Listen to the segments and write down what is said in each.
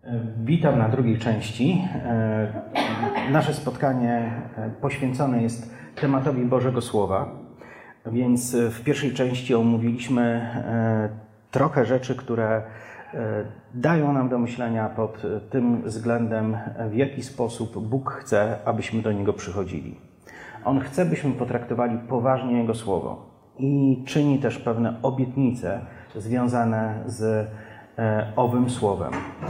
Witam na drugiej części. Nasze spotkanie poświęcone jest tematowi Bożego Słowa, więc w pierwszej części omówiliśmy trochę rzeczy, które dają nam do myślenia pod tym względem, w jaki sposób Bóg chce, abyśmy do Niego przychodzili. On chce, byśmy potraktowali poważnie Jego Słowo i czyni też pewne obietnice związane z owym Słowem.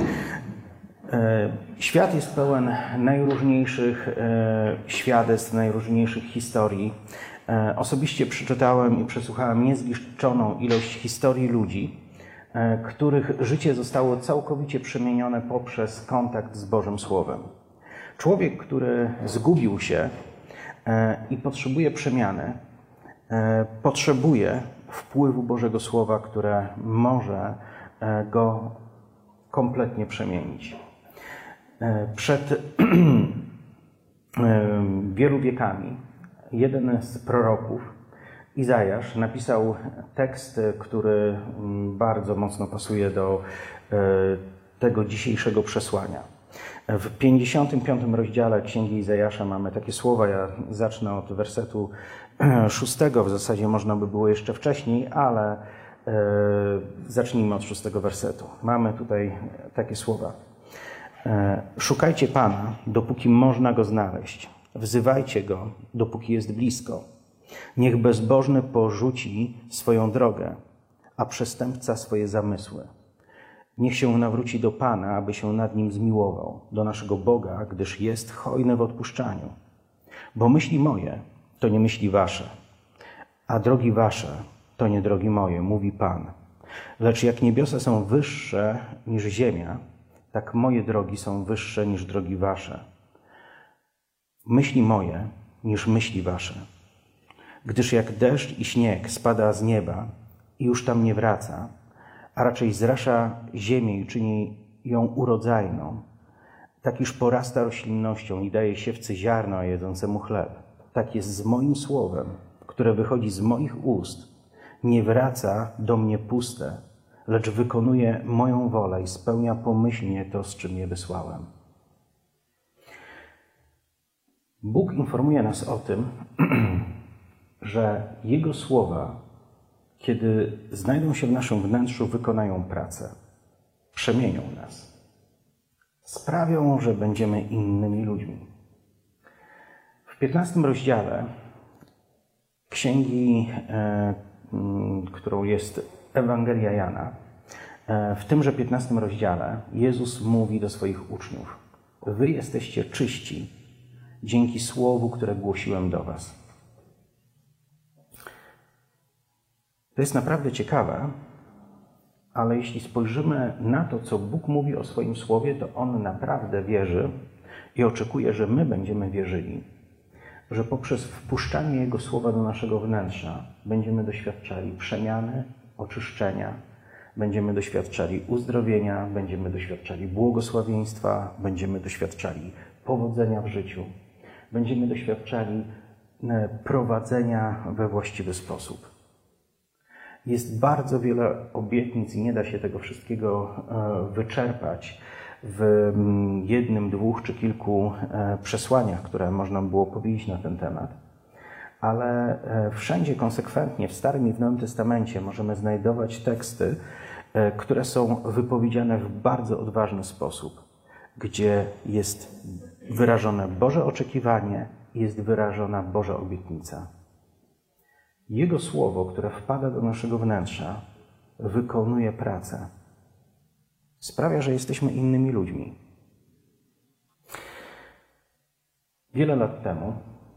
Świat jest pełen najróżniejszych świadectw, najróżniejszych historii. Osobiście przeczytałem i przesłuchałem niezliczoną ilość historii ludzi, których życie zostało całkowicie przemienione poprzez kontakt z Bożym Słowem. Człowiek, który zgubił się i potrzebuje przemiany, potrzebuje wpływu Bożego Słowa, które może go kompletnie przemienić. Przed wielu wiekami jeden z proroków, Izajasz, napisał tekst, który bardzo mocno pasuje do tego dzisiejszego przesłania. W 55 rozdziale Księgi Izajasza mamy takie słowa. Ja zacznę od wersetu 6. W zasadzie można by było jeszcze wcześniej, ale zacznijmy od 6 wersetu. Mamy tutaj takie słowa. Szukajcie Pana, dopóki można Go znaleźć. Wzywajcie Go, dopóki jest blisko. Niech bezbożny porzuci swoją drogę, a przestępca swoje zamysły. Niech się nawróci do Pana, aby się nad Nim zmiłował, do naszego Boga, gdyż jest hojny w odpuszczaniu. Bo myśli moje to nie myśli wasze, a drogi wasze to nie drogi moje, mówi Pan. Lecz jak niebiosa są wyższe niż ziemia, tak moje drogi są wyższe niż drogi wasze. Myśli moje niż myśli wasze. Gdyż jak deszcz i śnieg spada z nieba i już tam nie wraca, a raczej zrasza ziemię i czyni ją urodzajną, tak iż porasta roślinnością i daje siewcy ziarno, a jedzącemu chleb. Tak jest z moim słowem, które wychodzi z moich ust. Nie wraca do mnie puste, lecz wykonuje moją wolę i spełnia pomyślnie to, z czym je wysłałem. Bóg informuje nas o tym, że Jego słowa, kiedy znajdą się w naszym wnętrzu, wykonają pracę, przemienią nas, sprawią, że będziemy innymi ludźmi. W 15 rozdziale księgi, którą jest Ewangelia Jana, w tymże 15 rozdziale Jezus mówi do swoich uczniów: wy jesteście czyści dzięki słowu, które głosiłem do was. To jest naprawdę ciekawe, ale jeśli spojrzymy na to, co Bóg mówi o swoim słowie, to On naprawdę wierzy i oczekuje, że my będziemy wierzyli, że poprzez wpuszczanie Jego słowa do naszego wnętrza będziemy doświadczali przemiany, oczyszczenia, będziemy doświadczali uzdrowienia, będziemy doświadczali błogosławieństwa, będziemy doświadczali powodzenia w życiu, będziemy doświadczali prowadzenia we właściwy sposób. Jest bardzo wiele obietnic i nie da się tego wszystkiego wyczerpać w jednym, dwóch czy kilku przesłaniach, które można było powiedzieć na ten temat. Ale wszędzie konsekwentnie w Starym i w Nowym Testamencie możemy znajdować teksty, które są wypowiedziane w bardzo odważny sposób, gdzie jest wyrażone Boże oczekiwanie i jest wyrażona Boża obietnica. Jego słowo, które wpada do naszego wnętrza, wykonuje pracę. Sprawia, że jesteśmy innymi ludźmi. Wiele lat temu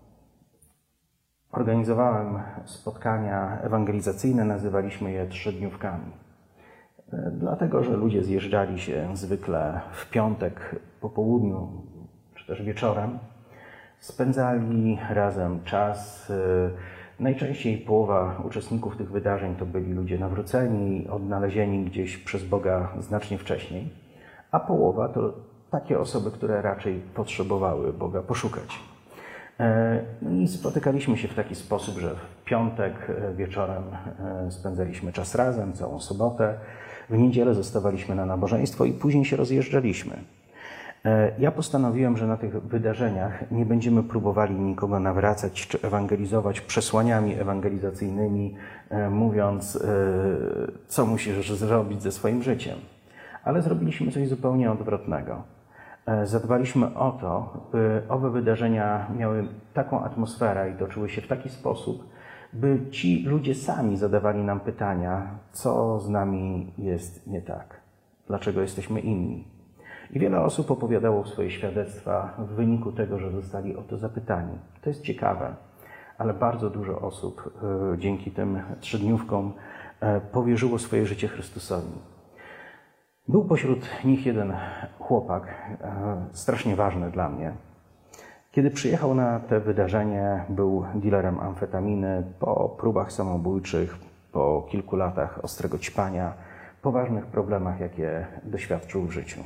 organizowałem spotkania ewangelizacyjne, nazywaliśmy je trzydniówkami. Dlatego, że ludzie zjeżdżali się zwykle w piątek po południu, czy też wieczorem, spędzali razem czas. Najczęściej połowa uczestników tych wydarzeń to byli ludzie nawróceni, odnalezieni gdzieś przez Boga znacznie wcześniej, a połowa to takie osoby, które raczej potrzebowały Boga poszukać. I spotykaliśmy się w taki sposób, że w piątek wieczorem spędzaliśmy czas razem, całą sobotę. W niedzielę zostawaliśmy na nabożeństwo i później się rozjeżdżaliśmy. Ja postanowiłem, że na tych wydarzeniach nie będziemy próbowali nikogo nawracać czy ewangelizować przesłaniami ewangelizacyjnymi, mówiąc, co musisz zrobić ze swoim życiem. Ale zrobiliśmy coś zupełnie odwrotnego. Zadbaliśmy o to, by owe wydarzenia miały taką atmosferę i toczyły się w taki sposób, by ci ludzie sami zadawali nam pytania, co z nami jest nie tak, dlaczego jesteśmy inni. I wiele osób opowiadało swoje świadectwa w wyniku tego, że zostali o to zapytani. To jest ciekawe, ale bardzo dużo osób dzięki tym trzydniówkom powierzyło swoje życie Chrystusowi. Był pośród nich jeden chłopak, strasznie ważny dla mnie. Kiedy przyjechał na to wydarzenie, był dealerem amfetaminy. Po próbach samobójczych, po kilku latach ostrego ćpania, poważnych problemach, jakie doświadczył w życiu.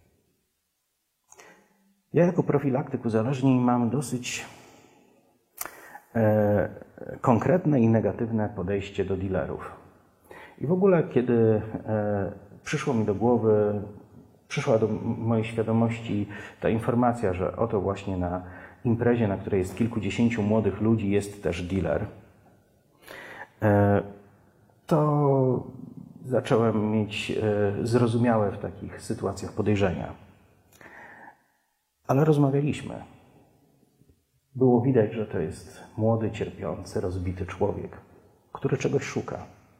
Ja jako profilaktyk uzależnień mam dosyć konkretne i negatywne podejście do dealerów. I w ogóle, kiedy przyszła do mojej świadomości ta informacja, że oto właśnie na imprezie, na której jest kilkudziesięciu młodych ludzi, jest też dealer, to zacząłem mieć zrozumiałe w takich sytuacjach podejrzenia. Ale rozmawialiśmy. Było widać, że to jest młody, cierpiący, rozbity człowiek, który czegoś szuka.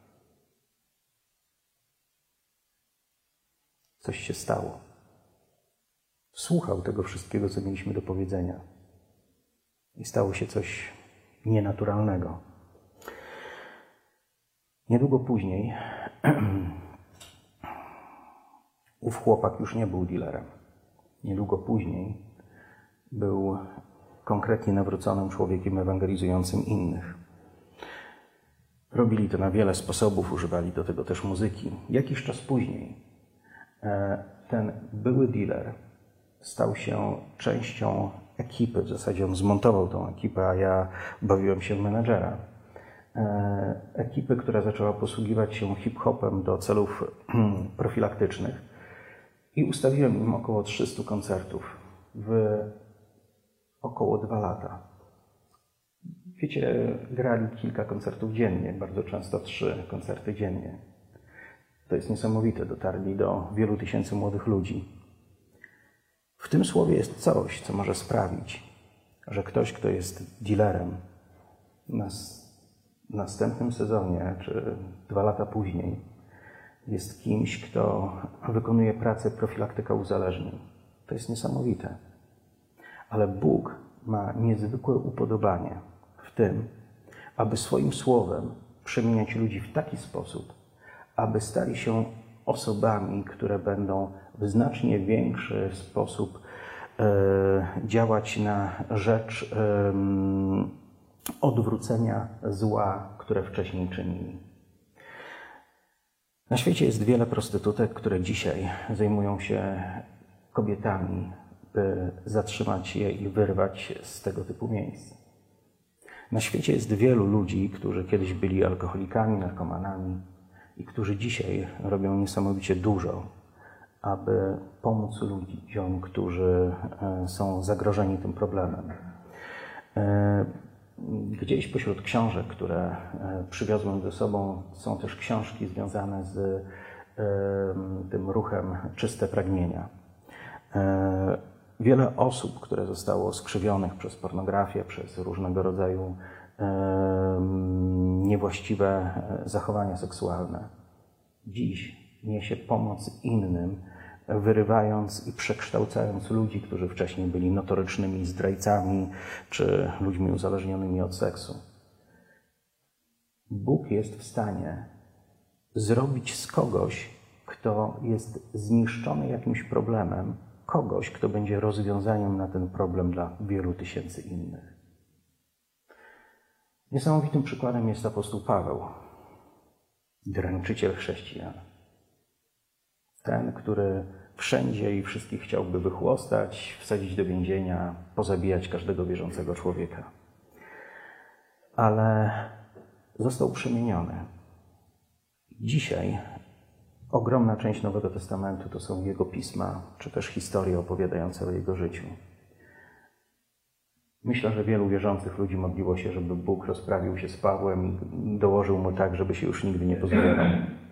Coś się stało. Słuchał tego wszystkiego, co mieliśmy do powiedzenia. I stało się coś nienaturalnego. Niedługo później ów chłopak już nie był dealerem. Niedługo później był konkretnie nawróconym człowiekiem ewangelizującym innych. Robili to na wiele sposobów, używali do tego też muzyki. Jakiś czas później ten były dealer stał się częścią ekipy. W zasadzie on zmontował tą ekipę, a ja bawiłem się w menadżera. Ekipy, która zaczęła posługiwać się hip-hopem do celów profilaktycznych. I ustawiłem im około 300 koncertów w około 2 lata. Wiecie, grali kilka koncertów dziennie, bardzo często 3 koncerty dziennie. To jest niesamowite, dotarli do wielu tysięcy młodych ludzi. W tym słowie jest coś, co może sprawić, że ktoś, kto jest dealerem, w następnym sezonie, czy 2 lata później, jest kimś, kto wykonuje pracę profilaktyka uzależnień. To jest niesamowite. Ale Bóg ma niezwykłe upodobanie w tym, aby swoim słowem przemieniać ludzi w taki sposób, aby stali się osobami, które będą w znacznie większy sposób działać na rzecz odwrócenia zła, które wcześniej czynili. Na świecie jest wiele prostytutek, które dzisiaj zajmują się kobietami, by zatrzymać je i wyrwać z tego typu miejsc. Na świecie jest wielu ludzi, którzy kiedyś byli alkoholikami, narkomanami i którzy dzisiaj robią niesamowicie dużo, aby pomóc ludziom, którzy są zagrożeni tym problemem. Gdzieś pośród książek, które przywiozłem ze sobą, są też książki związane z tym ruchem Czyste Pragnienia. Wiele osób, które zostało skrzywionych przez pornografię, przez różnego rodzaju niewłaściwe zachowania seksualne, dziś niesie pomoc innym, wyrywając i przekształcając ludzi, którzy wcześniej byli notorycznymi zdrajcami czy ludźmi uzależnionymi od seksu. Bóg jest w stanie zrobić z kogoś, kto jest zniszczony jakimś problemem, kogoś, kto będzie rozwiązaniem na ten problem dla wielu tysięcy innych. Niesamowitym przykładem jest apostoł Paweł, dręczyciel chrześcijan. Ten, który wszędzie i wszystkich chciałby wychłostać, wsadzić do więzienia, pozabijać każdego wierzącego człowieka. Ale został przemieniony. Dzisiaj Ogromna część Nowego Testamentu to są jego pisma, czy też historie opowiadające o jego życiu. Myślę, że wielu wierzących ludzi modliło się, żeby Bóg rozprawił się z Pawłem i dołożył mu tak, żeby się już nigdy nie pozbierał.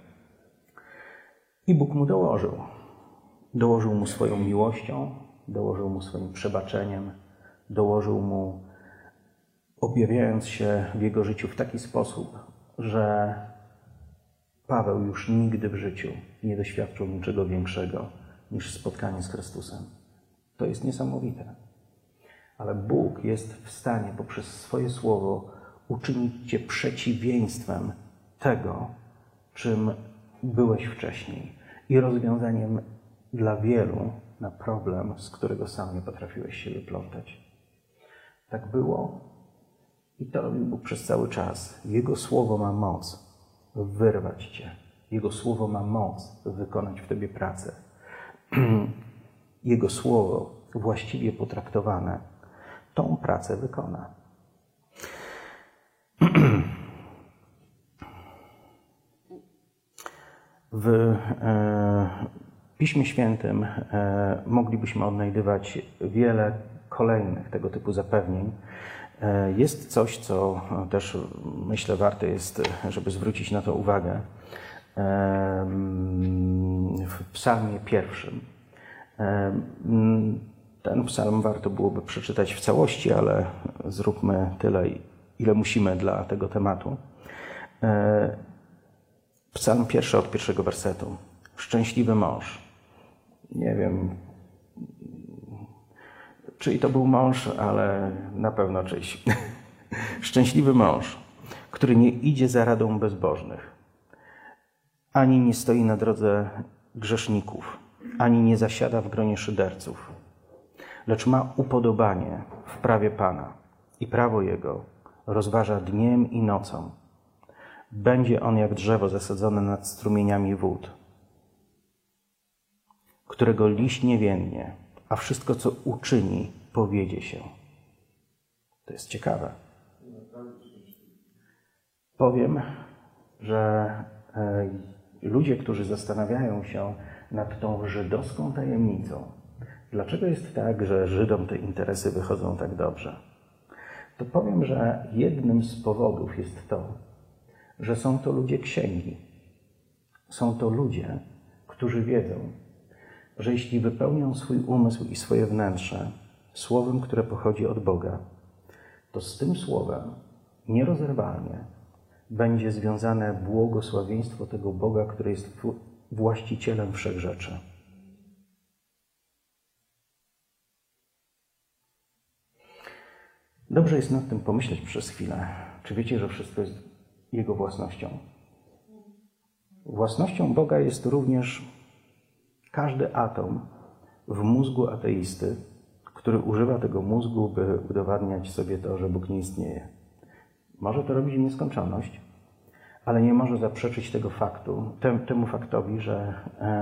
I Bóg mu dołożył. Dołożył mu swoją miłością, dołożył mu swoim przebaczeniem, dołożył mu, objawiając się w jego życiu w taki sposób, że Paweł już nigdy w życiu nie doświadczył niczego większego niż spotkanie z Chrystusem. To jest niesamowite. Ale Bóg jest w stanie poprzez swoje słowo uczynić cię przeciwieństwem tego, czym byłeś wcześniej i rozwiązaniem dla wielu na problem, z którego sam nie potrafiłeś się wyplątać. Tak było i to robił Bóg przez cały czas. Jego słowo ma moc wyrwać cię. Jego słowo ma moc wykonać w tobie pracę. Jego słowo właściwie potraktowane tą pracę wykona. W Piśmie Świętym moglibyśmy odnajdywać wiele kolejnych tego typu zapewnień. Jest coś, co też myślę warte jest, żeby zwrócić na to uwagę. W Psalmie 1. Ten psalm warto byłoby przeczytać w całości, ale zróbmy tyle, ile musimy dla tego tematu. Psalm 1 od 1 wersetu. Szczęśliwy mąż. Nie wiem, czyj to był mąż, ale na pewno czyjś. Szczęśliwy mąż, który nie idzie za radą bezbożnych, ani nie stoi na drodze grzeszników, ani nie zasiada w gronie szyderców, lecz ma upodobanie w prawie Pana i prawo Jego rozważa dniem i nocą. Będzie on jak drzewo zasadzone nad strumieniami wód, którego liść nie więdnie, a wszystko, co uczyni, powiedzie się. To jest ciekawe. Powiem, że ludzie, którzy zastanawiają się nad tą żydowską tajemnicą, dlaczego jest tak, że Żydom te interesy wychodzą tak dobrze, to powiem, że jednym z powodów jest to, że są to ludzie księgi. Są to ludzie, którzy wiedzą, że jeśli wypełnią swój umysł i swoje wnętrze słowem, które pochodzi od Boga, to z tym słowem nierozerwalnie będzie związane błogosławieństwo tego Boga, który jest właścicielem wszech rzeczy. Dobrze jest nad tym pomyśleć przez chwilę. Czy wiecie, że wszystko jest Jego własnością? Własnością Boga jest również każdy atom w mózgu ateisty, który używa tego mózgu, by udowadniać sobie to, że Bóg nie istnieje. Może to robić w nieskończoność, ale nie może zaprzeczyć tego faktu, temu faktowi, że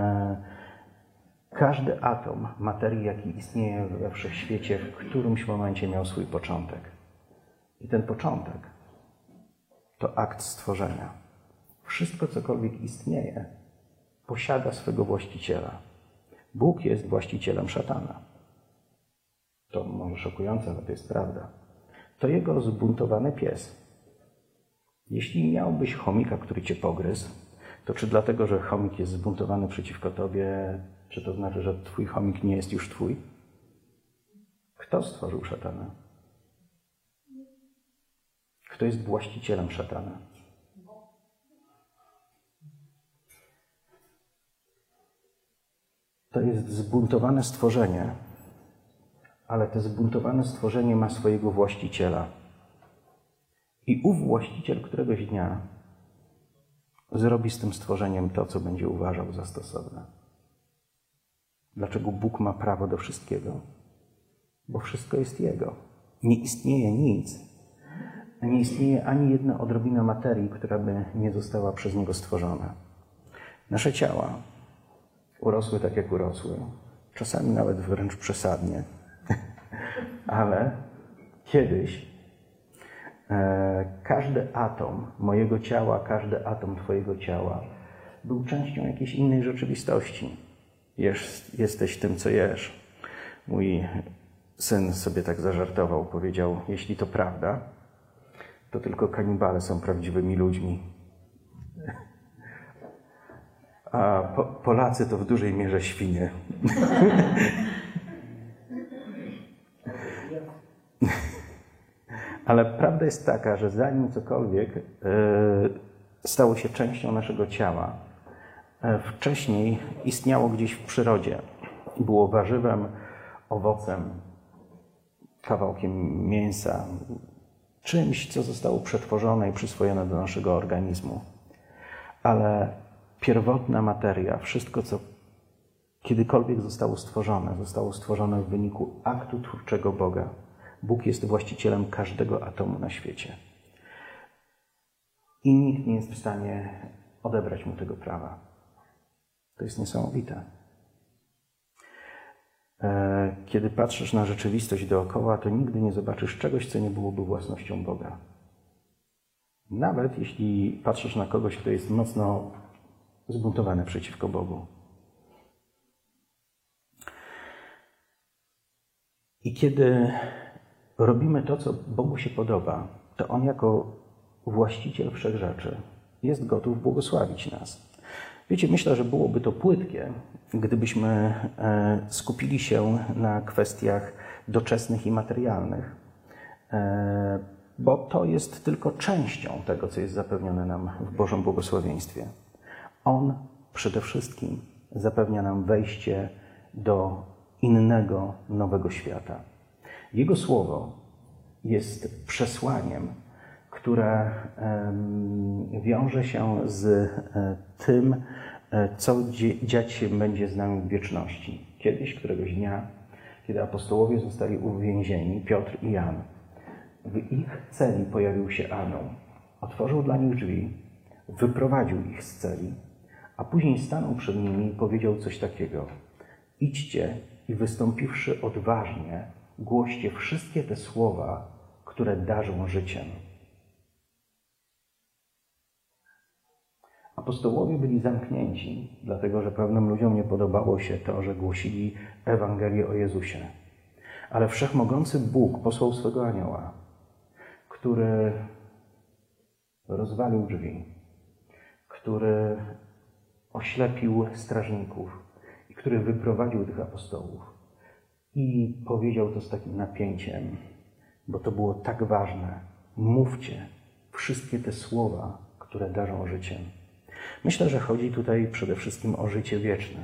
każdy atom materii, jaki istnieje we wszechświecie, w którymś momencie miał swój początek. I ten początek to akt stworzenia. Wszystko, cokolwiek istnieje, posiada swego właściciela. Bóg jest właścicielem szatana. To może szokujące, ale to jest prawda. To jego zbuntowany pies. Jeśli miałbyś chomika, który cię pogryzł, to czy dlatego, że chomik jest zbuntowany przeciwko tobie, czy to znaczy, że twój chomik nie jest już twój? Kto stworzył szatana? Kto jest właścicielem szatana? To jest zbuntowane stworzenie, ale to zbuntowane stworzenie ma swojego właściciela. I ów właściciel któregoś dnia zrobi z tym stworzeniem to, co będzie uważał za stosowne. Dlaczego Bóg ma prawo do wszystkiego? Bo wszystko jest Jego. Nie istnieje nic. Nie istnieje ani jedna odrobina materii, która by nie została przez Niego stworzona. Nasze ciała urosły tak, jak urosły. Czasami nawet wręcz przesadnie. Ale kiedyś każdy atom mojego ciała, każdy atom Twojego ciała był częścią jakiejś innej rzeczywistości. Jesteś tym, co jesz. Mój syn sobie tak zażartował, powiedział, jeśli to prawda, to tylko kanibale są prawdziwymi ludźmi. A Polacy to w dużej mierze świnie. Ale prawda jest taka, że zanim cokolwiek stało się częścią naszego ciała, wcześniej istniało gdzieś w przyrodzie. Było warzywem, owocem, kawałkiem mięsa, czymś, co zostało przetworzone i przyswojone do naszego organizmu. Ale pierwotna materia, wszystko, co kiedykolwiek zostało stworzone w wyniku aktu twórczego Boga. Bóg jest właścicielem każdego atomu na świecie. I nikt nie jest w stanie odebrać mu tego prawa. To jest niesamowite. Kiedy patrzysz na rzeczywistość dookoła, to nigdy nie zobaczysz czegoś, co nie byłoby własnością Boga. Nawet jeśli patrzysz na kogoś, kto jest mocno zbuntowany przeciwko Bogu. I kiedy robimy to, co Bogu się podoba, to On jako właściciel wszechrzeczy jest gotów błogosławić nas. Wiecie, myślę, że byłoby to płytkie, gdybyśmy skupili się na kwestiach doczesnych i materialnych, bo to jest tylko częścią tego, co jest zapewnione nam w Bożym błogosławieństwie. On przede wszystkim zapewnia nam wejście do innego, nowego świata. Jego słowo jest przesłaniem, które wiąże się z tym, co dziać się będzie z nami w wieczności. Kiedyś, któregoś dnia, kiedy apostołowie zostali uwięzieni, Piotr i Jan, w ich celi pojawił się anioł. Otworzył dla nich drzwi, wyprowadził ich z celi, a później stanął przed nimi i powiedział coś takiego. Idźcie i wystąpiwszy odważnie, głoście wszystkie te słowa, które darzą życiem. Apostołowie byli zamknięci, dlatego że pewnym ludziom nie podobało się to, że głosili Ewangelię o Jezusie. Ale wszechmogący Bóg posłał swego anioła, który rozwalił drzwi, który oślepił strażników i który wyprowadził tych apostołów. I powiedział to z takim napięciem, bo to było tak ważne. Mówcie wszystkie te słowa, które darzą życiem. Myślę, że chodzi tutaj przede wszystkim o życie wieczne.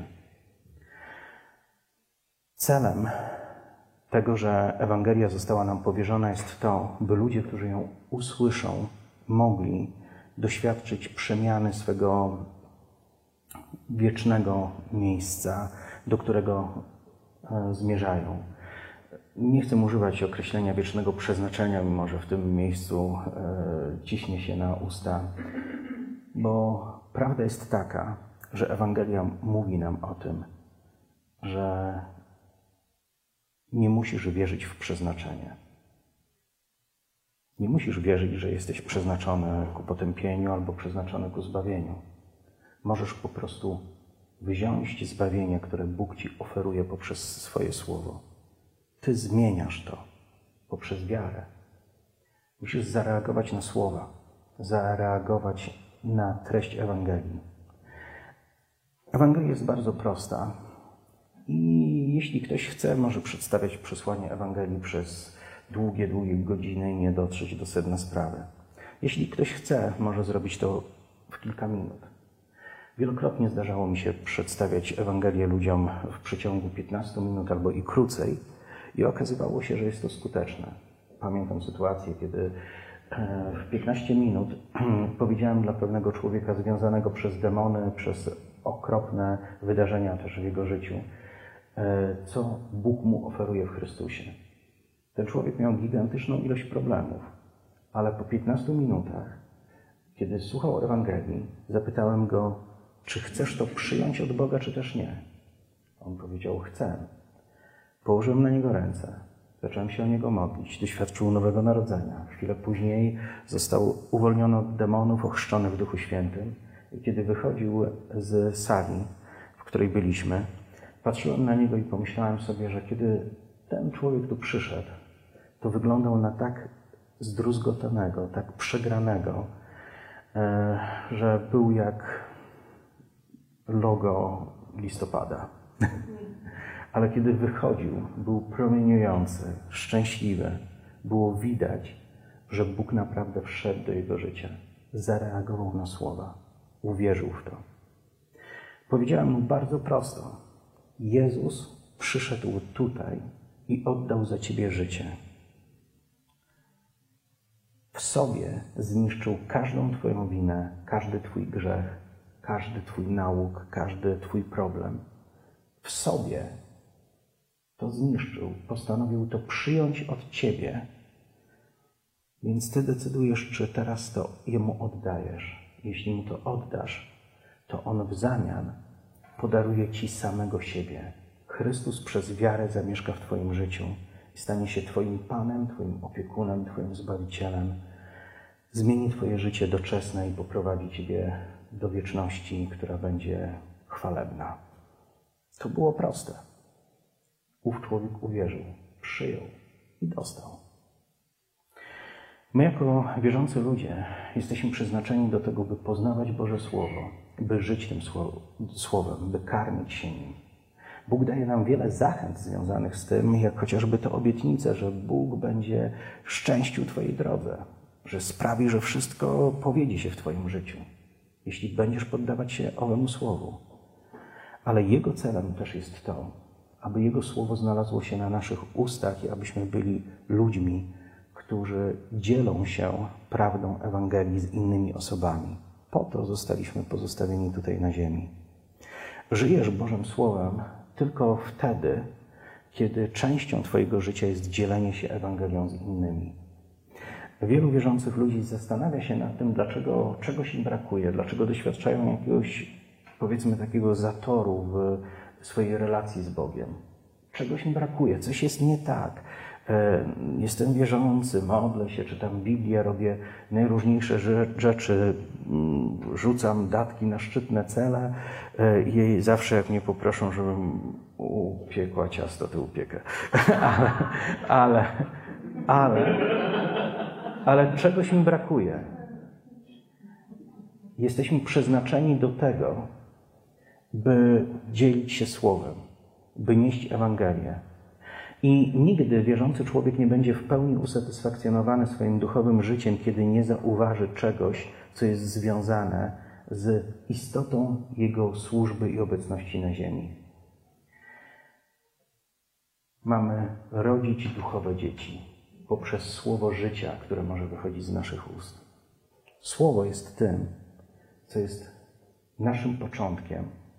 Celem tego, że Ewangelia została nam powierzona, jest to, by ludzie, którzy ją usłyszą, mogli doświadczyć przemiany swego wiecznego miejsca, do którego zmierzają. Nie chcę używać określenia wiecznego przeznaczenia, mimo że w tym miejscu ciśnie się na usta, bo prawda jest taka, że Ewangelia mówi nam o tym, że nie musisz wierzyć w przeznaczenie. Nie musisz wierzyć, że jesteś przeznaczony ku potępieniu albo przeznaczony ku zbawieniu. Możesz po prostu wziąć zbawienie, które Bóg ci oferuje poprzez swoje słowo. Ty zmieniasz to poprzez wiarę. Musisz zareagować na słowa, zareagować na treść Ewangelii. Ewangelia jest bardzo prosta i jeśli ktoś chce, może przedstawiać przesłanie Ewangelii przez długie godziny i nie dotrzeć do sedna sprawy. Jeśli ktoś chce, może zrobić to w kilka minut. Wielokrotnie zdarzało mi się przedstawiać Ewangelię ludziom w przeciągu 15 minut albo i krócej i okazywało się, że jest to skuteczne. Pamiętam sytuację, kiedy w 15 minut powiedziałem dla pewnego człowieka związanego przez demony, przez okropne wydarzenia też w jego życiu, co Bóg mu oferuje w Chrystusie. Ten człowiek miał gigantyczną ilość problemów, ale po 15 minutach, kiedy słuchał Ewangelii, zapytałem go, czy chcesz to przyjąć od Boga, czy też nie? On powiedział, chcę. Położyłem na niego ręce. Zacząłem się o niego modlić. Doświadczył nowego narodzenia. Chwilę później został uwolniony od demonów, ochrzczony w Duchu Świętym Kiedy wychodził z sali, w której byliśmy, patrzyłem na niego i pomyślałem sobie, że kiedy ten człowiek tu przyszedł, to wyglądał na tak zdruzgotanego, tak przegranego, że był jak logo listopada. Ale kiedy wychodził, był promieniujący, szczęśliwy. Było widać, że Bóg naprawdę wszedł do jego życia. Zareagował na słowa. Uwierzył w to. Powiedziałem mu bardzo prosto. Jezus przyszedł tutaj i oddał za ciebie życie. W sobie zniszczył każdą twoją winę, każdy twój grzech, każdy twój nałóg, każdy twój problem. W sobie to zniszczył, postanowił to przyjąć od ciebie. Więc ty decydujesz, czy teraz to jemu oddajesz. Jeśli mu to oddasz, to on w zamian podaruje ci samego siebie. Chrystus przez wiarę zamieszka w twoim życiu i stanie się twoim Panem, twoim opiekunem, twoim Zbawicielem. Zmieni twoje życie doczesne i poprowadzi ciebie do wieczności, która będzie chwalebna. To było proste. Ów człowiek uwierzył, przyjął i dostał. My jako wierzący ludzie jesteśmy przeznaczeni do tego, by poznawać Boże Słowo, by żyć tym Słowem, by karmić się nim. Bóg daje nam wiele zachęt związanych z tym, jak chociażby to obietnice, że Bóg będzie szczęścił twojej drodze, że sprawi, że wszystko powiedzie się w twoim życiu, jeśli będziesz poddawać się owemu Słowu. Ale Jego celem też jest to, aby Jego Słowo znalazło się na naszych ustach i abyśmy byli ludźmi, którzy dzielą się prawdą Ewangelii z innymi osobami. Po to zostaliśmy pozostawieni tutaj na ziemi. Żyjesz Bożym Słowem tylko wtedy, kiedy częścią twojego życia jest dzielenie się Ewangelią z innymi. Wielu wierzących ludzi zastanawia się nad tym, dlaczego czegoś im brakuje, dlaczego doświadczają jakiegoś, powiedzmy, takiego zatoru w swojej relacji z Bogiem. Czegoś im brakuje, coś jest nie tak. Jestem wierzący, modlę się, czytam Biblię, robię najróżniejsze rzeczy, rzucam datki na szczytne cele i zawsze jak mnie poproszą, żebym upiekła ciasto, to upiekę. Ale czegoś im brakuje. Jesteśmy przeznaczeni do tego, by dzielić się Słowem, by nieść Ewangelię. I nigdy wierzący człowiek nie będzie w pełni usatysfakcjonowany swoim duchowym życiem, kiedy nie zauważy czegoś, co jest związane z istotą jego służby i obecności na ziemi. Mamy rodzić duchowe dzieci poprzez słowo życia, które może wychodzić z naszych ust. Słowo jest tym, co jest naszym początkiem,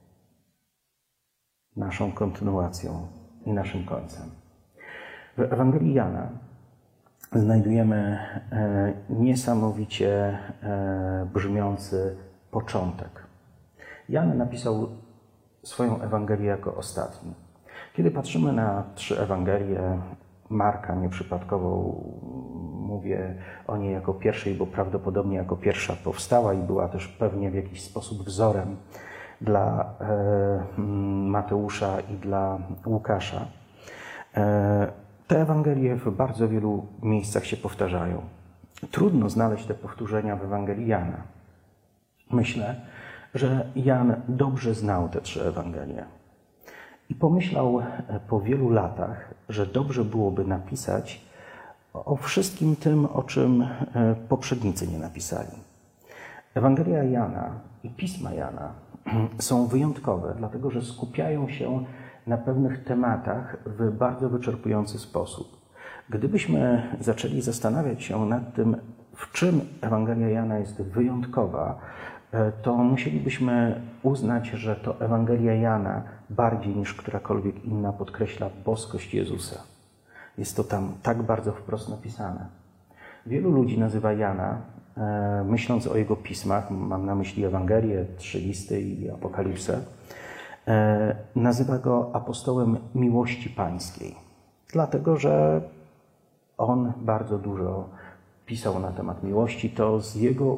naszą kontynuacją i naszym końcem. W Ewangelii Jana znajdujemy niesamowicie brzmiący początek. Jan napisał swoją Ewangelię jako ostatni. Kiedy patrzymy na 3 Ewangelie Marka, nieprzypadkowo mówię o niej jako pierwszej, bo prawdopodobnie jako pierwsza powstała i była też pewnie w jakiś sposób wzorem dla Mateusza i dla Łukasza. Te Ewangelie w bardzo wielu miejscach się powtarzają. Trudno znaleźć te powtórzenia w Ewangelii Jana. Myślę, że Jan dobrze znał te 3 Ewangelie. I pomyślał po wielu latach, że dobrze byłoby napisać o wszystkim tym, o czym poprzednicy nie napisali. Ewangelia Jana i Pisma Jana są wyjątkowe, dlatego że skupiają się na pewnych tematach w bardzo wyczerpujący sposób. Gdybyśmy zaczęli zastanawiać się nad tym, w czym Ewangelia Jana jest wyjątkowa, to musielibyśmy uznać, że to Ewangelia Jana bardziej niż którakolwiek inna podkreśla boskość Jezusa. Jest to tam tak bardzo wprost napisane. Wielu ludzi nazywa Jana, myśląc o jego pismach, mam na myśli Ewangelię, 3 listy i Apokalipsę, nazywa go apostołem miłości pańskiej. Dlatego, że on bardzo dużo pisał na temat miłości. To z jego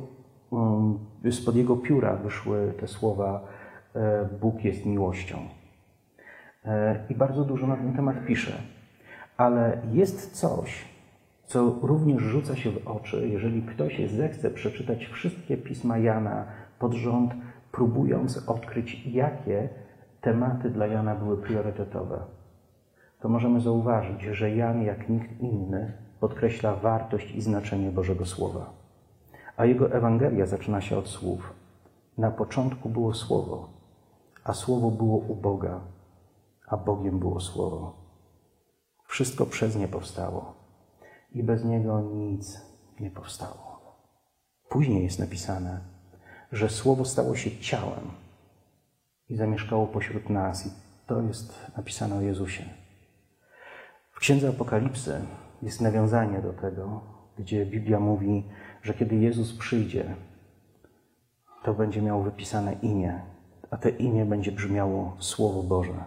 spod jego pióra wyszły te słowa Bóg jest miłością. I bardzo dużo na ten temat pisze. Ale jest coś, co również rzuca się w oczy, jeżeli ktoś zechce przeczytać wszystkie pisma Jana pod rząd, próbując odkryć, jakie tematy dla Jana były priorytetowe. To możemy zauważyć, że Jan, jak nikt inny, podkreśla wartość i znaczenie Bożego Słowa. A jego Ewangelia zaczyna się od słów. Na początku było Słowo, a Słowo było u Boga, a Bogiem było Słowo. Wszystko przez nie powstało i bez niego nic nie powstało. Później jest napisane, że Słowo stało się ciałem i zamieszkało pośród nas. I to jest napisane o Jezusie. W Księdze Apokalipsy jest nawiązanie do tego, gdzie Biblia mówi, że kiedy Jezus przyjdzie, to będzie miał wypisane imię, a to imię będzie brzmiało Słowo Boże.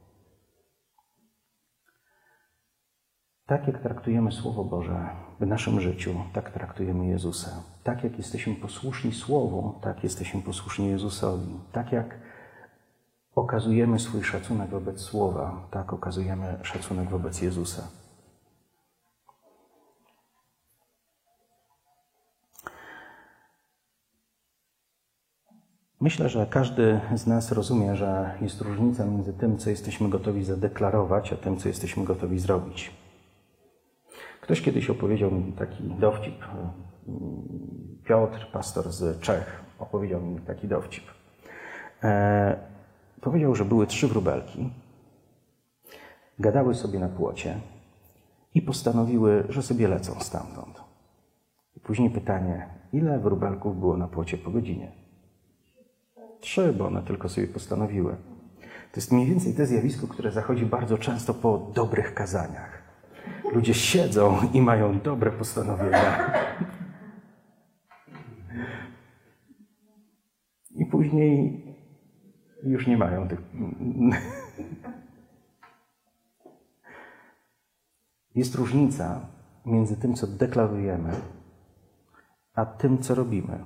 Tak jak traktujemy Słowo Boże w naszym życiu, tak traktujemy Jezusa. Tak jak jesteśmy posłuszni Słowu, tak jesteśmy posłuszni Jezusowi. Tak jak okazujemy swój szacunek wobec Słowa, tak okazujemy szacunek wobec Jezusa. Myślę, że każdy z nas rozumie, że jest różnica między tym, co jesteśmy gotowi zadeklarować, a tym, co jesteśmy gotowi zrobić. Ktoś kiedyś opowiedział mi taki dowcip. Piotr, pastor z Czech, opowiedział mi taki dowcip. Powiedział, że były 3 wróbelki, gadały sobie na płocie i postanowiły, że sobie lecą stamtąd. I później pytanie, ile wróbelków było na płocie po godzinie? 3, bo one tylko sobie postanowiły. To jest mniej więcej to zjawisko, które zachodzi bardzo często po dobrych kazaniach. Ludzie siedzą i mają dobre postanowienia. I później już nie mają tych. Jest różnica między tym, co deklarujemy, a tym, co robimy.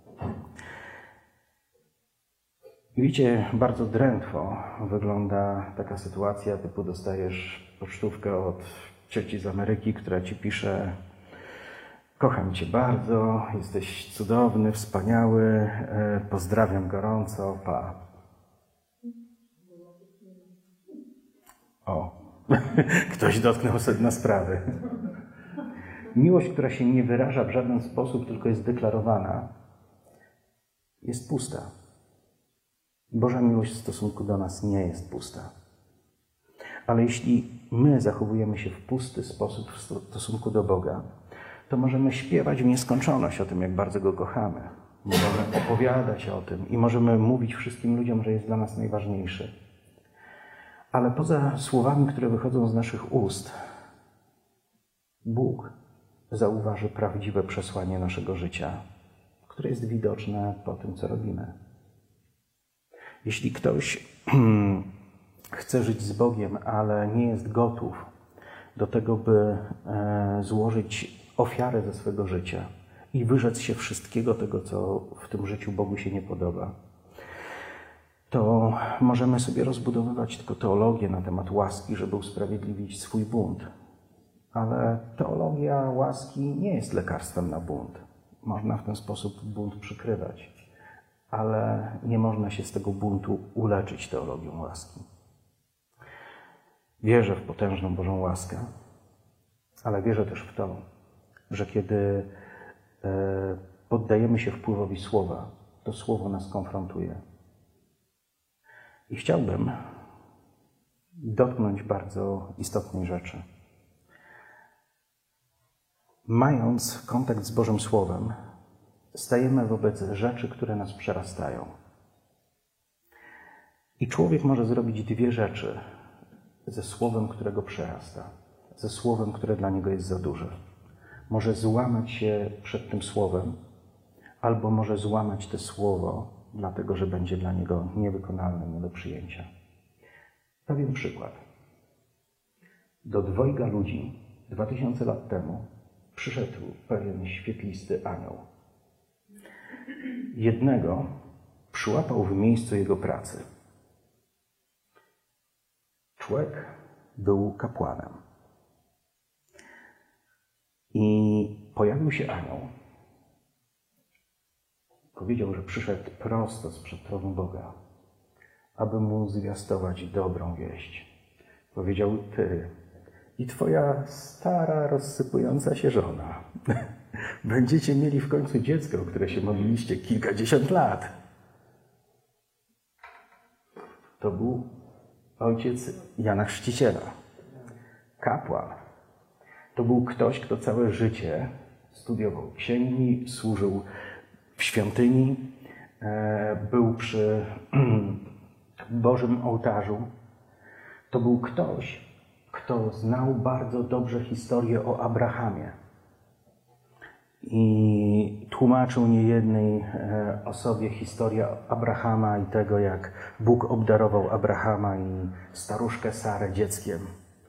Widzicie, bardzo drętwo wygląda taka sytuacja, typu dostajesz pocztówkę od cioci z Ameryki, która ci pisze: kocham cię bardzo, jesteś cudowny, wspaniały, pozdrawiam gorąco, pa. O, ktoś dotknął sedna sprawy. Miłość, która się nie wyraża w żaden sposób, tylko jest deklarowana, jest pusta. Boża miłość w stosunku do nas nie jest pusta. Ale jeśli my zachowujemy się w pusty sposób w stosunku do Boga, to możemy śpiewać w nieskończoność o tym, jak bardzo Go kochamy. Możemy opowiadać o tym i możemy mówić wszystkim ludziom, że jest dla nas najważniejszy. Ale poza słowami, które wychodzą z naszych ust, Bóg zauważy prawdziwe przesłanie naszego życia, które jest widoczne po tym, co robimy. Jeśli ktoś chce żyć z Bogiem, ale nie jest gotów do tego, by złożyć ofiarę ze swego życia i wyrzec się wszystkiego tego, co w tym życiu Bogu się nie podoba, to możemy sobie rozbudowywać tylko teologię na temat łaski, żeby usprawiedliwić swój bunt. Ale teologia łaski nie jest lekarstwem na bunt. Można w ten sposób bunt przykrywać, ale nie można się z tego buntu uleczyć teologią łaski. Wierzę w potężną Bożą łaskę, ale wierzę też w to, że kiedy poddajemy się wpływowi Słowa, to Słowo nas konfrontuje. I chciałbym dotknąć bardzo istotnej rzeczy. Mając kontakt z Bożym Słowem, stajemy wobec rzeczy, które nas przerastają. I człowiek może zrobić 2 rzeczy ze Słowem, które go przerasta, ze Słowem, które dla niego jest za duże. Może złamać się przed tym Słowem, albo może złamać to Słowo, dlatego że będzie dla niego niewykonalne, nie do przyjęcia. Pewien przykład. Do 2 ludzi 2000 lat temu przyszedł pewien świetlisty anioł. Jednego przyłapał w miejscu jego pracy. Człowiek był kapłanem. I pojawił się anioł. Powiedział, że przyszedł prosto sprzed tronu Boga, aby mu zwiastować dobrą wieść. Powiedział: ty i twoja stara, rozsypująca się żona będziecie mieli w końcu dziecko, o które się modliliście kilkadziesiąt lat. To był ojciec Jana Chrzciciela. Kapłan to był ktoś, kto całe życie studiował księgi, służył w świątyni, był przy Bożym ołtarzu. To był ktoś, kto znał bardzo dobrze historię o Abrahamie i tłumaczył niejednej osobie historię Abrahama i tego, jak Bóg obdarował Abrahama i staruszkę Sarę dzieckiem.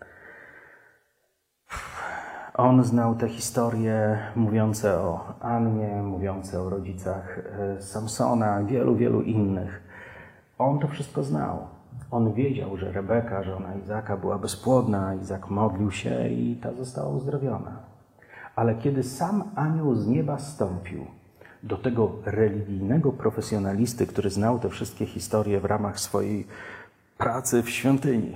On znał te historie mówiące o Annie, mówiące o rodzicach Samsona, wielu innych. On to wszystko znał. On wiedział, że Rebeka, żona Izaka, była bezpłodna, Izak modlił się i ta została uzdrowiona. Ale kiedy sam anioł z nieba stąpił do tego religijnego profesjonalisty, który znał te wszystkie historie w ramach swojej pracy w świątyni,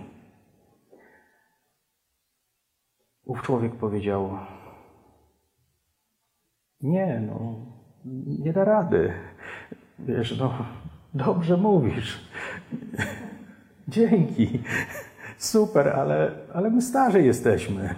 ów człowiek powiedział: nie da rady. Wiesz, dobrze mówisz. Dzięki. Super, ale my starzy jesteśmy.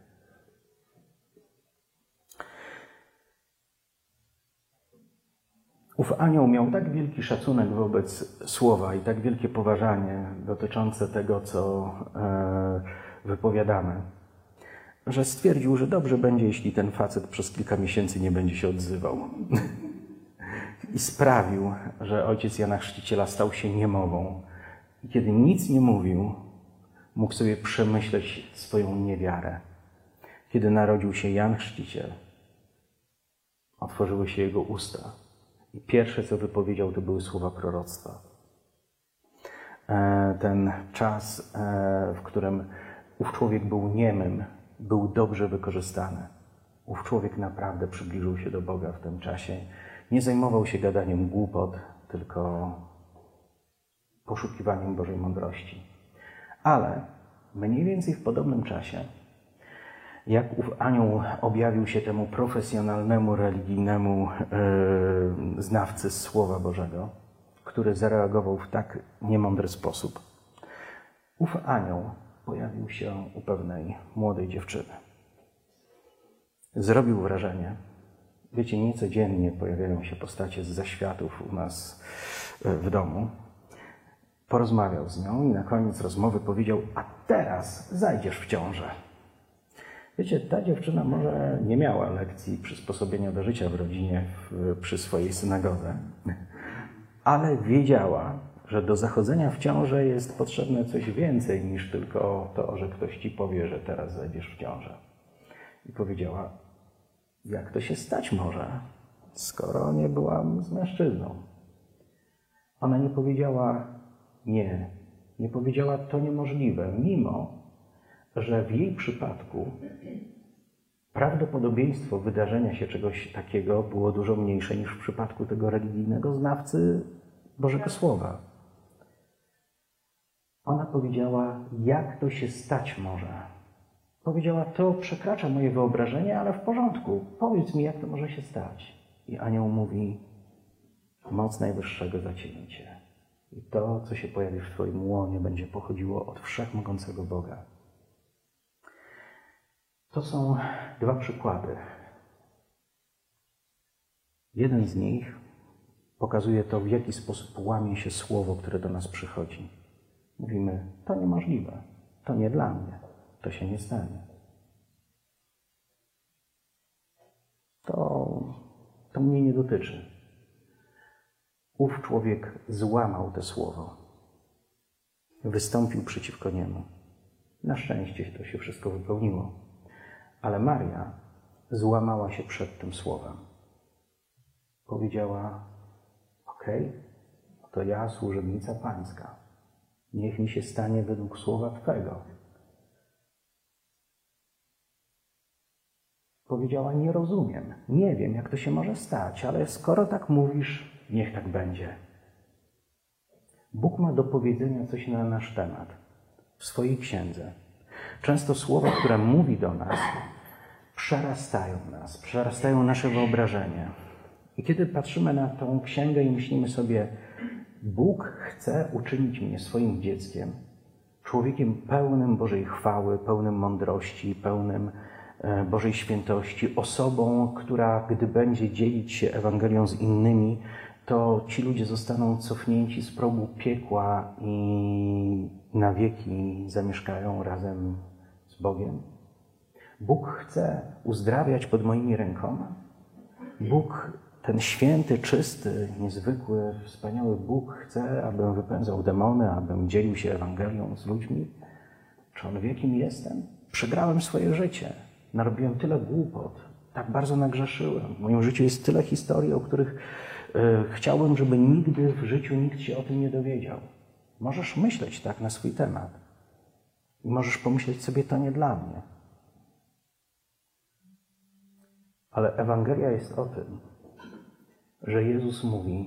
Ów anioł miał tak wielki szacunek wobec słowa i tak wielkie poważanie dotyczące tego, co wypowiadamy, że stwierdził, że dobrze będzie, jeśli ten facet przez kilka miesięcy nie będzie się odzywał. I sprawił, że ojciec Jana Chrzciciela stał się niemową. I kiedy nic nie mówił, mógł sobie przemyśleć swoją niewiarę. Kiedy narodził się Jan Chrzciciel, otworzyły się jego usta. I pierwsze, co wypowiedział, to były słowa proroctwa. Ten czas, w którym ów człowiek był niemym, był dobrze wykorzystany. Ów człowiek naprawdę przybliżył się do Boga w tym czasie. Nie zajmował się gadaniem głupot, tylko poszukiwaniem Bożej mądrości. Ale mniej więcej w podobnym czasie, jak ów anioł objawił się temu profesjonalnemu, religijnemu znawcy Słowa Bożego, który zareagował w tak niemądry sposób, ów anioł pojawił się u pewnej młodej dziewczyny. Zrobił wrażenie. Wiecie, niecodziennie pojawiają się postacie z zaświatów u nas w domu. Porozmawiał z nią i na koniec rozmowy powiedział: a teraz zajdziesz w ciążę. Wiecie, ta dziewczyna może nie miała lekcji przysposobienia do życia w rodzinie przy swojej synagodze, ale wiedziała, że do zachodzenia w ciążę jest potrzebne coś więcej niż tylko to, że ktoś ci powie, że teraz zajdziesz w ciążę. I powiedziała: jak to się stać może, skoro nie byłam z mężczyzną? Ona nie powiedziała nie. Nie powiedziała: to niemożliwe, mimo że w jej przypadku prawdopodobieństwo wydarzenia się czegoś takiego było dużo mniejsze niż w przypadku tego religijnego znawcy Bożego Słowa. Ona powiedziała: jak to się stać może? Powiedziała: to przekracza moje wyobrażenie, ale w porządku. Powiedz mi, jak to może się stać. I anioł mówi: moc Najwyższego zacieni cię. I to, co się pojawi w twoim łonie, będzie pochodziło od Wszechmogącego Boga. To są dwa przykłady. Jeden z nich pokazuje to, w jaki sposób łamie się słowo, które do nas przychodzi. Mówimy: to niemożliwe, to nie dla mnie, to się nie stanie. To mnie nie dotyczy. Ów człowiek złamał to słowo. Wystąpił przeciwko niemu. Na szczęście to się wszystko wypełniło. Ale Maria złamała się przed tym słowem. powiedziała: okej, to ja, służebnica Pańska. Niech mi się stanie według słowa Twego. Powiedziała: nie rozumiem, nie wiem, jak to się może stać, ale skoro tak mówisz, niech tak będzie. Bóg ma do powiedzenia coś na nasz temat w swojej księdze. Często słowa, które mówi do nas, przerastają nasze wyobrażenie. I kiedy patrzymy na tą księgę i myślimy sobie: Bóg chce uczynić mnie swoim dzieckiem, człowiekiem pełnym Bożej chwały, pełnym mądrości, pełnym Bożej świętości, osobą, która, gdy będzie dzielić się Ewangelią z innymi, to ci ludzie zostaną cofnięci z progu piekła i na wieki zamieszkają razem z Bogiem. Bóg chce uzdrawiać pod moimi rękoma. Bóg, ten święty, czysty, niezwykły, wspaniały Bóg chce, abym wypędzał demony, abym dzielił się Ewangelią z ludźmi. Czy On wie, kim jestem? Przegrałem swoje życie. Narobiłem tyle głupot. Tak bardzo nagrzeszyłem. W moim życiu jest tyle historii, o których chciałbym, żeby nigdy w życiu nikt się o tym nie dowiedział. Możesz myśleć tak na swój temat. I możesz pomyśleć sobie: to nie dla mnie. Ale Ewangelia jest o tym, że Jezus mówi: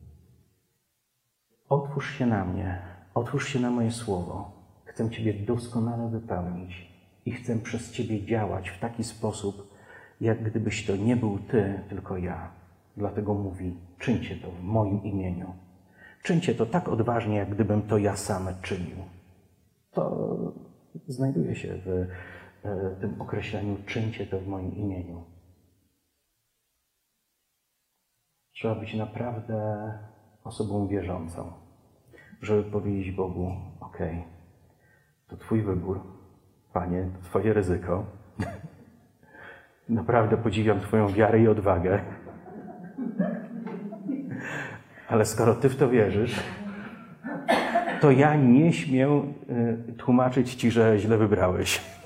otwórz się na mnie, otwórz się na moje słowo. Chcę Ciebie doskonale wypełnić i chcę przez Ciebie działać w taki sposób, jak gdybyś to nie był Ty, tylko ja. Dlatego mówi: czyńcie to w moim imieniu. Czyńcie to tak odważnie, jak gdybym to ja sam czynił. To znajduje się w tym określeniu: czyńcie to w moim imieniu. Trzeba być naprawdę osobą wierzącą, żeby powiedzieć Bogu: okej, to Twój wybór, Panie, to Twoje ryzyko. Naprawdę podziwiam Twoją wiarę i odwagę. Ale skoro Ty w to wierzysz, to ja nie śmiem tłumaczyć Ci, że źle wybrałeś.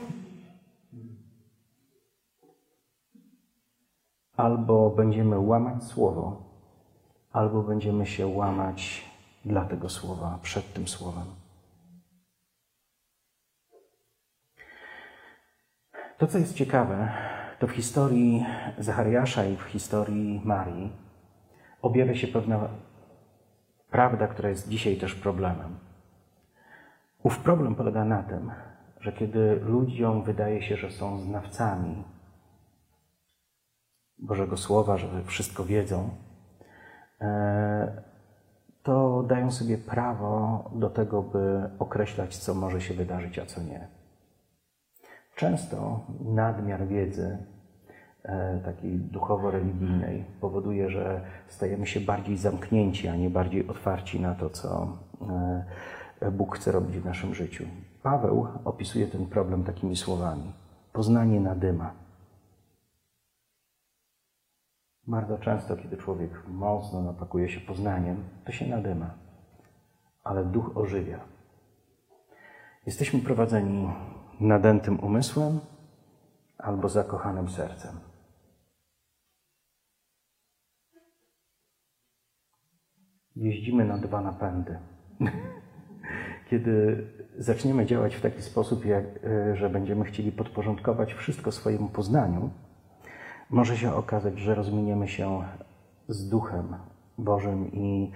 Albo będziemy łamać słowo, albo będziemy się łamać dla tego słowa, przed tym słowem. To, co jest ciekawe, to w historii Zachariasza i w historii Marii objawia się pewna prawda, która jest dzisiaj też problemem. Ów problem polega na tym, że kiedy ludziom wydaje się, że są znawcami Bożego Słowa, że wszystko wiedzą, to dają sobie prawo do tego, by określać, co może się wydarzyć, a co nie. Często nadmiar wiedzy takiej duchowo-religijnej powoduje, że stajemy się bardziej zamknięci, a nie bardziej otwarci na to, co Bóg chce robić w naszym życiu. Paweł opisuje ten problem takimi słowami: poznanie nadyma. Bardzo często, kiedy człowiek mocno napakuje się poznaniem, to się nadyma, ale duch ożywia. Jesteśmy prowadzeni nadętym umysłem albo zakochanym sercem. Jeździmy na dwa napędy. Kiedy zaczniemy działać w taki sposób, że będziemy chcieli podporządkować wszystko swojemu poznaniu, może się okazać, że rozminiemy się z Duchem Bożym i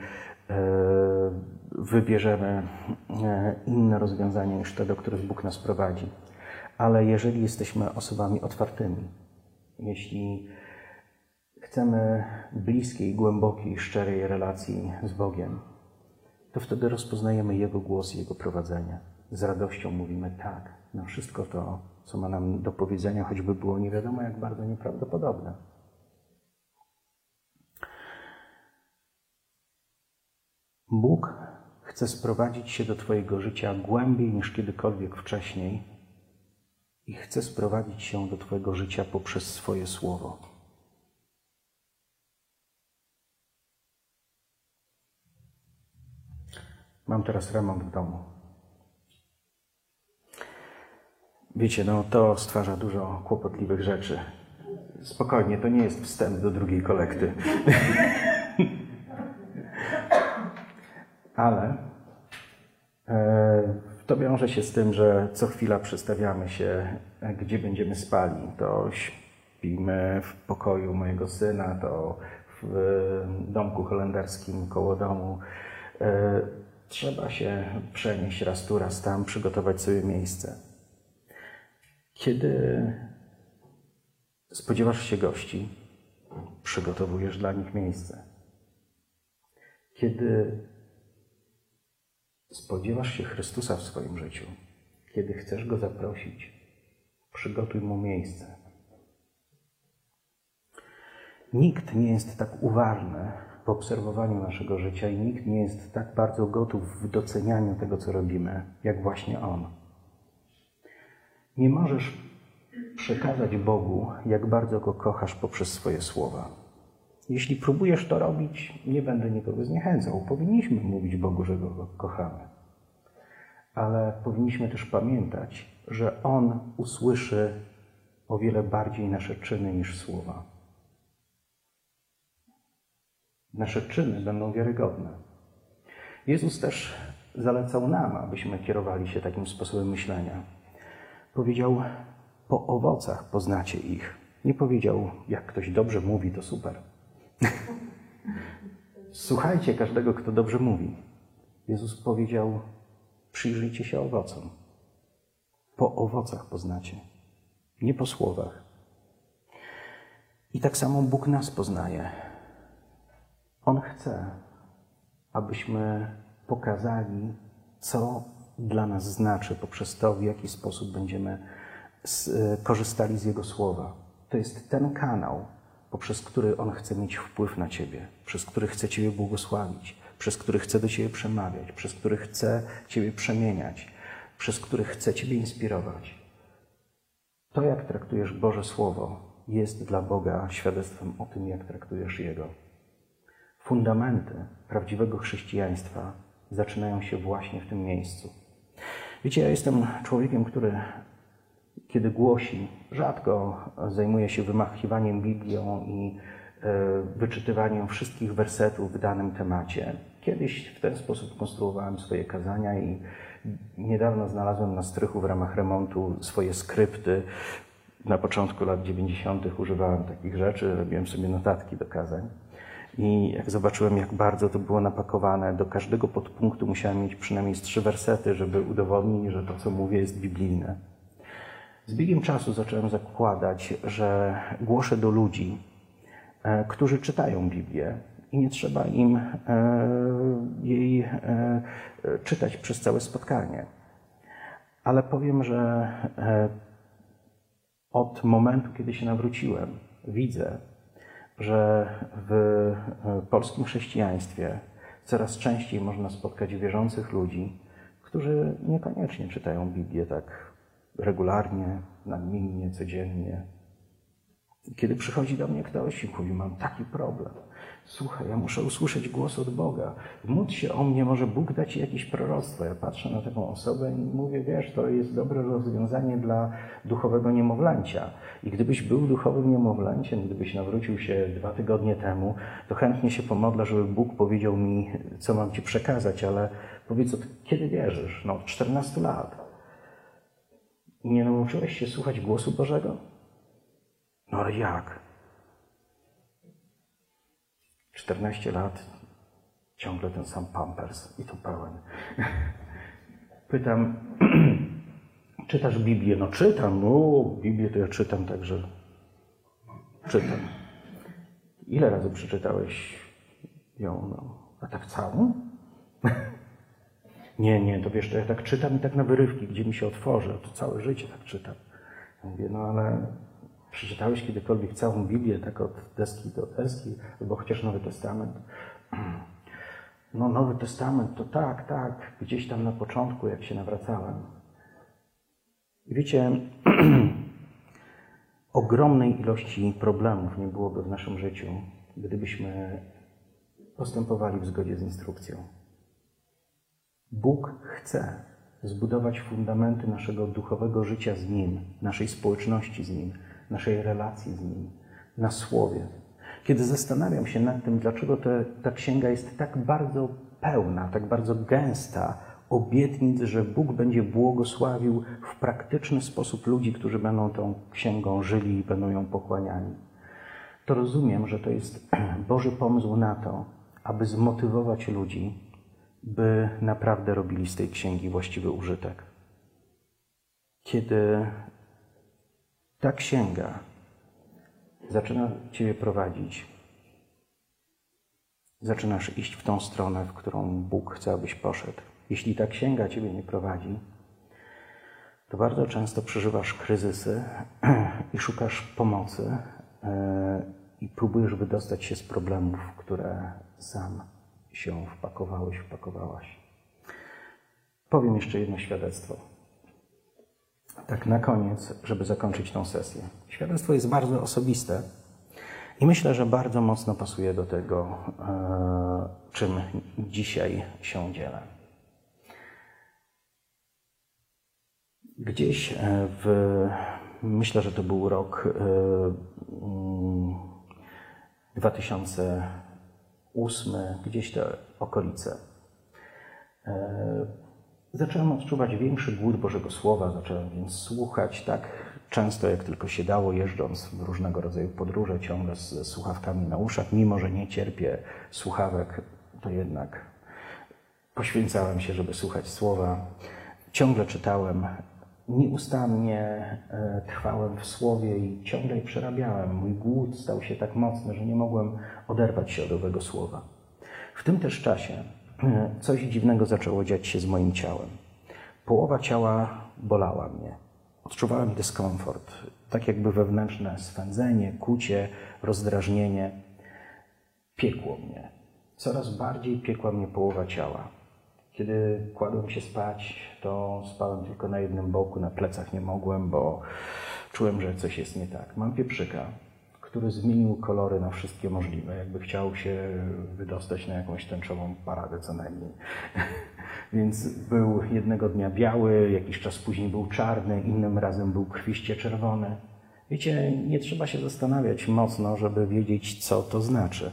wybierzemy inne rozwiązania niż te, do których Bóg nas prowadzi. Ale jeżeli jesteśmy osobami otwartymi, jeśli chcemy bliskiej, głębokiej, szczerej relacji z Bogiem, to wtedy rozpoznajemy Jego głos i Jego prowadzenie. Z radością mówimy tak na wszystko to, co ma nam do powiedzenia, choćby było nie wiadomo jak bardzo nieprawdopodobne. Bóg chce sprowadzić się do Twojego życia głębiej niż kiedykolwiek wcześniej i chce sprowadzić się do Twojego życia poprzez swoje słowo. Mam teraz remont w domu. Wiecie, to stwarza dużo kłopotliwych rzeczy. spokojnie, to nie jest wstęp do drugiej kolekty. Ale to wiąże się z tym, że co chwila przestawiamy się, gdzie będziemy spali. To śpimy w pokoju mojego syna, to w domku holenderskim koło domu. Trzeba się przenieść raz tu, raz tam, przygotować sobie miejsce. Kiedy spodziewasz się gości, przygotowujesz dla nich miejsce. Kiedy spodziewasz się Chrystusa w swoim życiu, kiedy chcesz Go zaprosić, przygotuj Mu miejsce. Nikt nie jest tak uważny w obserwowaniu naszego życia i nikt nie jest tak bardzo gotów w docenianiu tego, co robimy, jak właśnie On. Nie możesz przekazać Bogu, jak bardzo Go kochasz poprzez swoje słowa. Jeśli próbujesz to robić, nie będę nikogo zniechęcał. Powinniśmy mówić Bogu, że Go kochamy. Ale powinniśmy też pamiętać, że On usłyszy o wiele bardziej nasze czyny niż słowa. Nasze czyny będą wiarygodne. Jezus też zalecał nam, abyśmy kierowali się takim sposobem myślenia. Powiedział, po owocach poznacie ich. Nie powiedział, jak ktoś dobrze mówi, to super. Słuchajcie każdego, kto dobrze mówi. Jezus powiedział, przyjrzyjcie się owocom. Po owocach poznacie, nie po słowach. I tak samo Bóg nas poznaje. On chce, abyśmy pokazali, co dla nas znaczy poprzez to, w jaki sposób będziemy korzystali z Jego słowa. To jest ten kanał, poprzez który On chce mieć wpływ na Ciebie, przez który chce Ciebie błogosławić, przez który chce do Ciebie przemawiać, przez który chce Ciebie przemieniać, przez który chce Ciebie inspirować. To, jak traktujesz Boże Słowo, jest dla Boga świadectwem o tym, jak traktujesz Jego. Fundamenty prawdziwego chrześcijaństwa zaczynają się właśnie w tym miejscu. Wiecie, ja jestem człowiekiem, który kiedy głosi, rzadko zajmuje się wymachiwaniem Biblią i wyczytywaniem wszystkich wersetów w danym temacie. Kiedyś w ten sposób konstruowałem swoje kazania i niedawno znalazłem na strychu w ramach remontu swoje skrypty. Na początku lat 90. używałem takich rzeczy, robiłem sobie notatki do kazań. I jak zobaczyłem, jak bardzo to było napakowane, do każdego podpunktu musiałem mieć przynajmniej 3 wersety, żeby udowodnić, że to, co mówię, jest biblijne. Z biegiem czasu zacząłem zakładać, że głoszę do ludzi, którzy czytają Biblię i nie trzeba im jej czytać przez całe spotkanie. Ale powiem, że od momentu, kiedy się nawróciłem, widzę, że w polskim chrześcijaństwie coraz częściej można spotkać wierzących ludzi, którzy niekoniecznie czytają Biblię tak regularnie, nagminnie, codziennie. Kiedy przychodzi do mnie ktoś i mówi, mam taki problem, słuchaj, ja muszę usłyszeć głos od Boga, módl się o mnie, może Bóg da Ci jakieś proroctwo. Ja patrzę na taką osobę i mówię, wiesz, to jest dobre rozwiązanie dla duchowego niemowlęcia. I gdybyś był duchowym niemowlęciem, gdybyś nawrócił się 2 tygodnie temu, to chętnie się pomodlę, żeby Bóg powiedział mi, co mam Ci przekazać, ale powiedz, od kiedy wierzysz? No, od 14 lat. I nie nauczyłeś się słuchać głosu Bożego? No ale jak? 14 lat, ciągle ten sam pampers i tu pełen. Pytam, czytasz Biblię? No czytam, Biblię to ja czytam, także czytam. Ile razy przeczytałeś ją? No, a tak całą? Nie, to wiesz, to ja tak czytam i tak na wyrywki, gdzie mi się otworzy, to całe życie tak czytam. Ja mówię, no ale przeczytałeś kiedykolwiek całą Biblię, tak od deski do deski, albo chociaż Nowy Testament? No Nowy Testament to tak, gdzieś tam na początku, jak się nawracałem. I wiecie, ogromnej ilości problemów nie byłoby w naszym życiu, gdybyśmy postępowali w zgodzie z instrukcją. Bóg chce zbudować fundamenty naszego duchowego życia z Nim, naszej społeczności z Nim, naszej relacji z Nim, na Słowie. Kiedy zastanawiam się nad tym, dlaczego ta księga jest tak bardzo pełna, tak bardzo gęsta obietnic, że Bóg będzie błogosławił w praktyczny sposób ludzi, którzy będą tą księgą żyli i będą ją pochłaniali, to rozumiem, że to jest Boży pomysł na to, aby zmotywować ludzi, by naprawdę robili z tej księgi właściwy użytek. Kiedy ta księga zaczyna Ciebie prowadzić, zaczynasz iść w tą stronę, w którą Bóg chce, abyś poszedł. Jeśli ta księga Ciebie nie prowadzi, to bardzo często przeżywasz kryzysy i szukasz pomocy i próbujesz wydostać się z problemów, w które sam się wpakowałaś. Powiem jeszcze jedno świadectwo. Tak na koniec, żeby zakończyć tą sesję. Świadectwo jest bardzo osobiste i myślę, że bardzo mocno pasuje do tego, czym dzisiaj się dzielę. Gdzieś myślę, że to był rok 2008, gdzieś te okolice. Zacząłem odczuwać większy głód Bożego Słowa, zacząłem więc słuchać tak często, jak tylko się dało, jeżdżąc w różnego rodzaju podróże, ciągle z słuchawkami na uszach. Mimo że nie cierpię słuchawek, to jednak poświęcałem się, żeby słuchać Słowa. Ciągle czytałem, nieustannie trwałem w Słowie i ciągle je przerabiałem. Mój głód stał się tak mocny, że nie mogłem oderwać się od owego Słowa. W tym też czasie coś dziwnego zaczęło dziać się z moim ciałem. Połowa ciała bolała mnie. Odczuwałem dyskomfort, tak jakby wewnętrzne swędzenie, kucie, rozdrażnienie. Piekło mnie. Coraz bardziej piekła mnie połowa ciała. Kiedy kładłem się spać, to spałem tylko na jednym boku, na plecach nie mogłem, bo czułem, że coś jest nie tak. Mam pieprzyka, który zmienił kolory na wszystkie możliwe, jakby chciał się wydostać na jakąś tęczową paradę co najmniej. Więc był jednego dnia biały, jakiś czas później był czarny, innym razem był krwiście czerwony. Wiecie, nie trzeba się zastanawiać mocno, żeby wiedzieć, co to znaczy.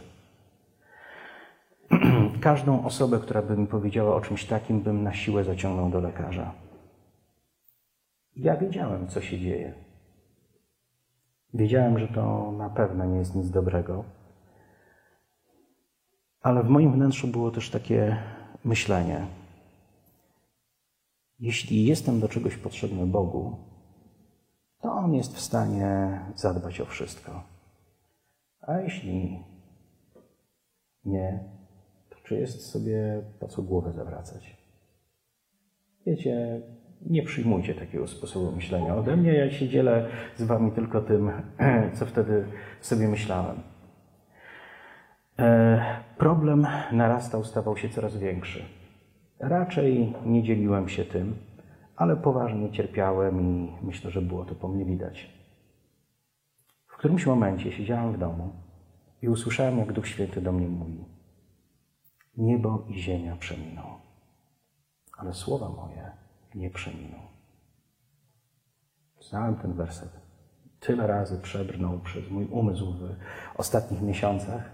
Każdą osobę, która by mi powiedziała o czymś takim, bym na siłę zaciągnął do lekarza. Ja wiedziałem, co się dzieje. Wiedziałem, że to na pewno nie jest nic dobrego. Ale w moim wnętrzu było też takie myślenie. Jeśli jestem do czegoś potrzebny Bogu, to On jest w stanie zadbać o wszystko. A jeśli nie, to czy jest sobie po co głowę zawracać? Wiecie, nie przyjmujcie takiego sposobu myślenia ode mnie. Ja się dzielę z wami tylko tym, co wtedy sobie myślałem. Problem narastał, stawał się coraz większy. Raczej nie dzieliłem się tym, ale poważnie cierpiałem i myślę, że było to po mnie widać. W którymś momencie siedziałem w domu i usłyszałem, jak Duch Święty do mnie mówi: niebo i ziemia przeminą, ale słowa moje nie przeminą. Znałem ten werset. Tyle razy przebrnął przez mój umysł w ostatnich miesiącach.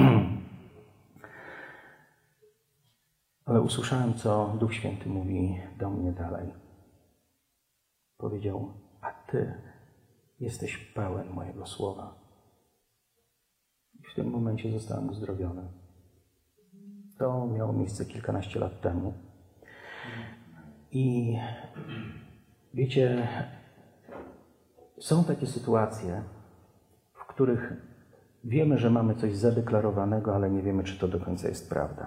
Ale usłyszałem, co Duch Święty mówi do mnie dalej. Powiedział: a Ty jesteś pełen mojego słowa. I w tym momencie zostałem uzdrowiony. To miało miejsce kilkanaście lat temu. I wiecie, są takie sytuacje, w których wiemy, że mamy coś zadeklarowanego, ale nie wiemy, czy to do końca jest prawda.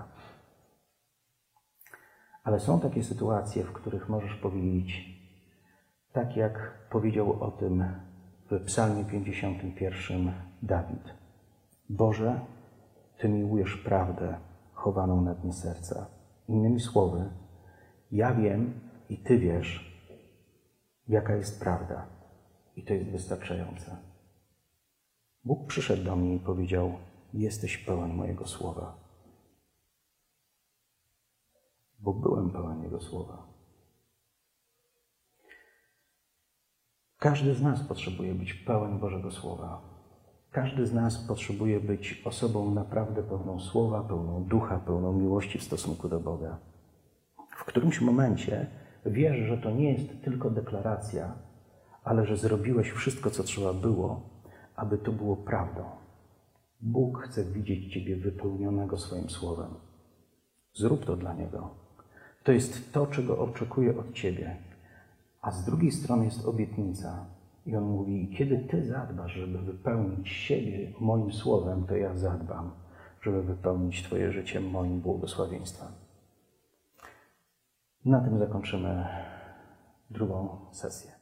Ale są takie sytuacje, w których możesz powiedzieć, tak jak powiedział o tym w Psalmie 51 Dawid: Boże, Ty miłujesz prawdę chowaną na dnie serca. Innymi słowy, ja wiem i Ty wiesz, jaka jest prawda. I to jest wystarczające. Bóg przyszedł do mnie i powiedział: jesteś pełen mojego słowa. Bo byłem pełen Jego słowa. Każdy z nas potrzebuje być pełen Bożego Słowa. Każdy z nas potrzebuje być osobą naprawdę pełną słowa, pełną ducha, pełną miłości w stosunku do Boga. W którymś momencie wiesz, że to nie jest tylko deklaracja, ale że zrobiłeś wszystko, co trzeba było, aby to było prawdą. Bóg chce widzieć Ciebie wypełnionego swoim słowem. Zrób to dla Niego. To jest to, czego oczekuje od Ciebie. A z drugiej strony jest obietnica. I On mówi, kiedy Ty zadbasz, żeby wypełnić siebie moim słowem, to ja zadbam, żeby wypełnić Twoje życie moim błogosławieństwem. Na tym zakończymy drugą sesję.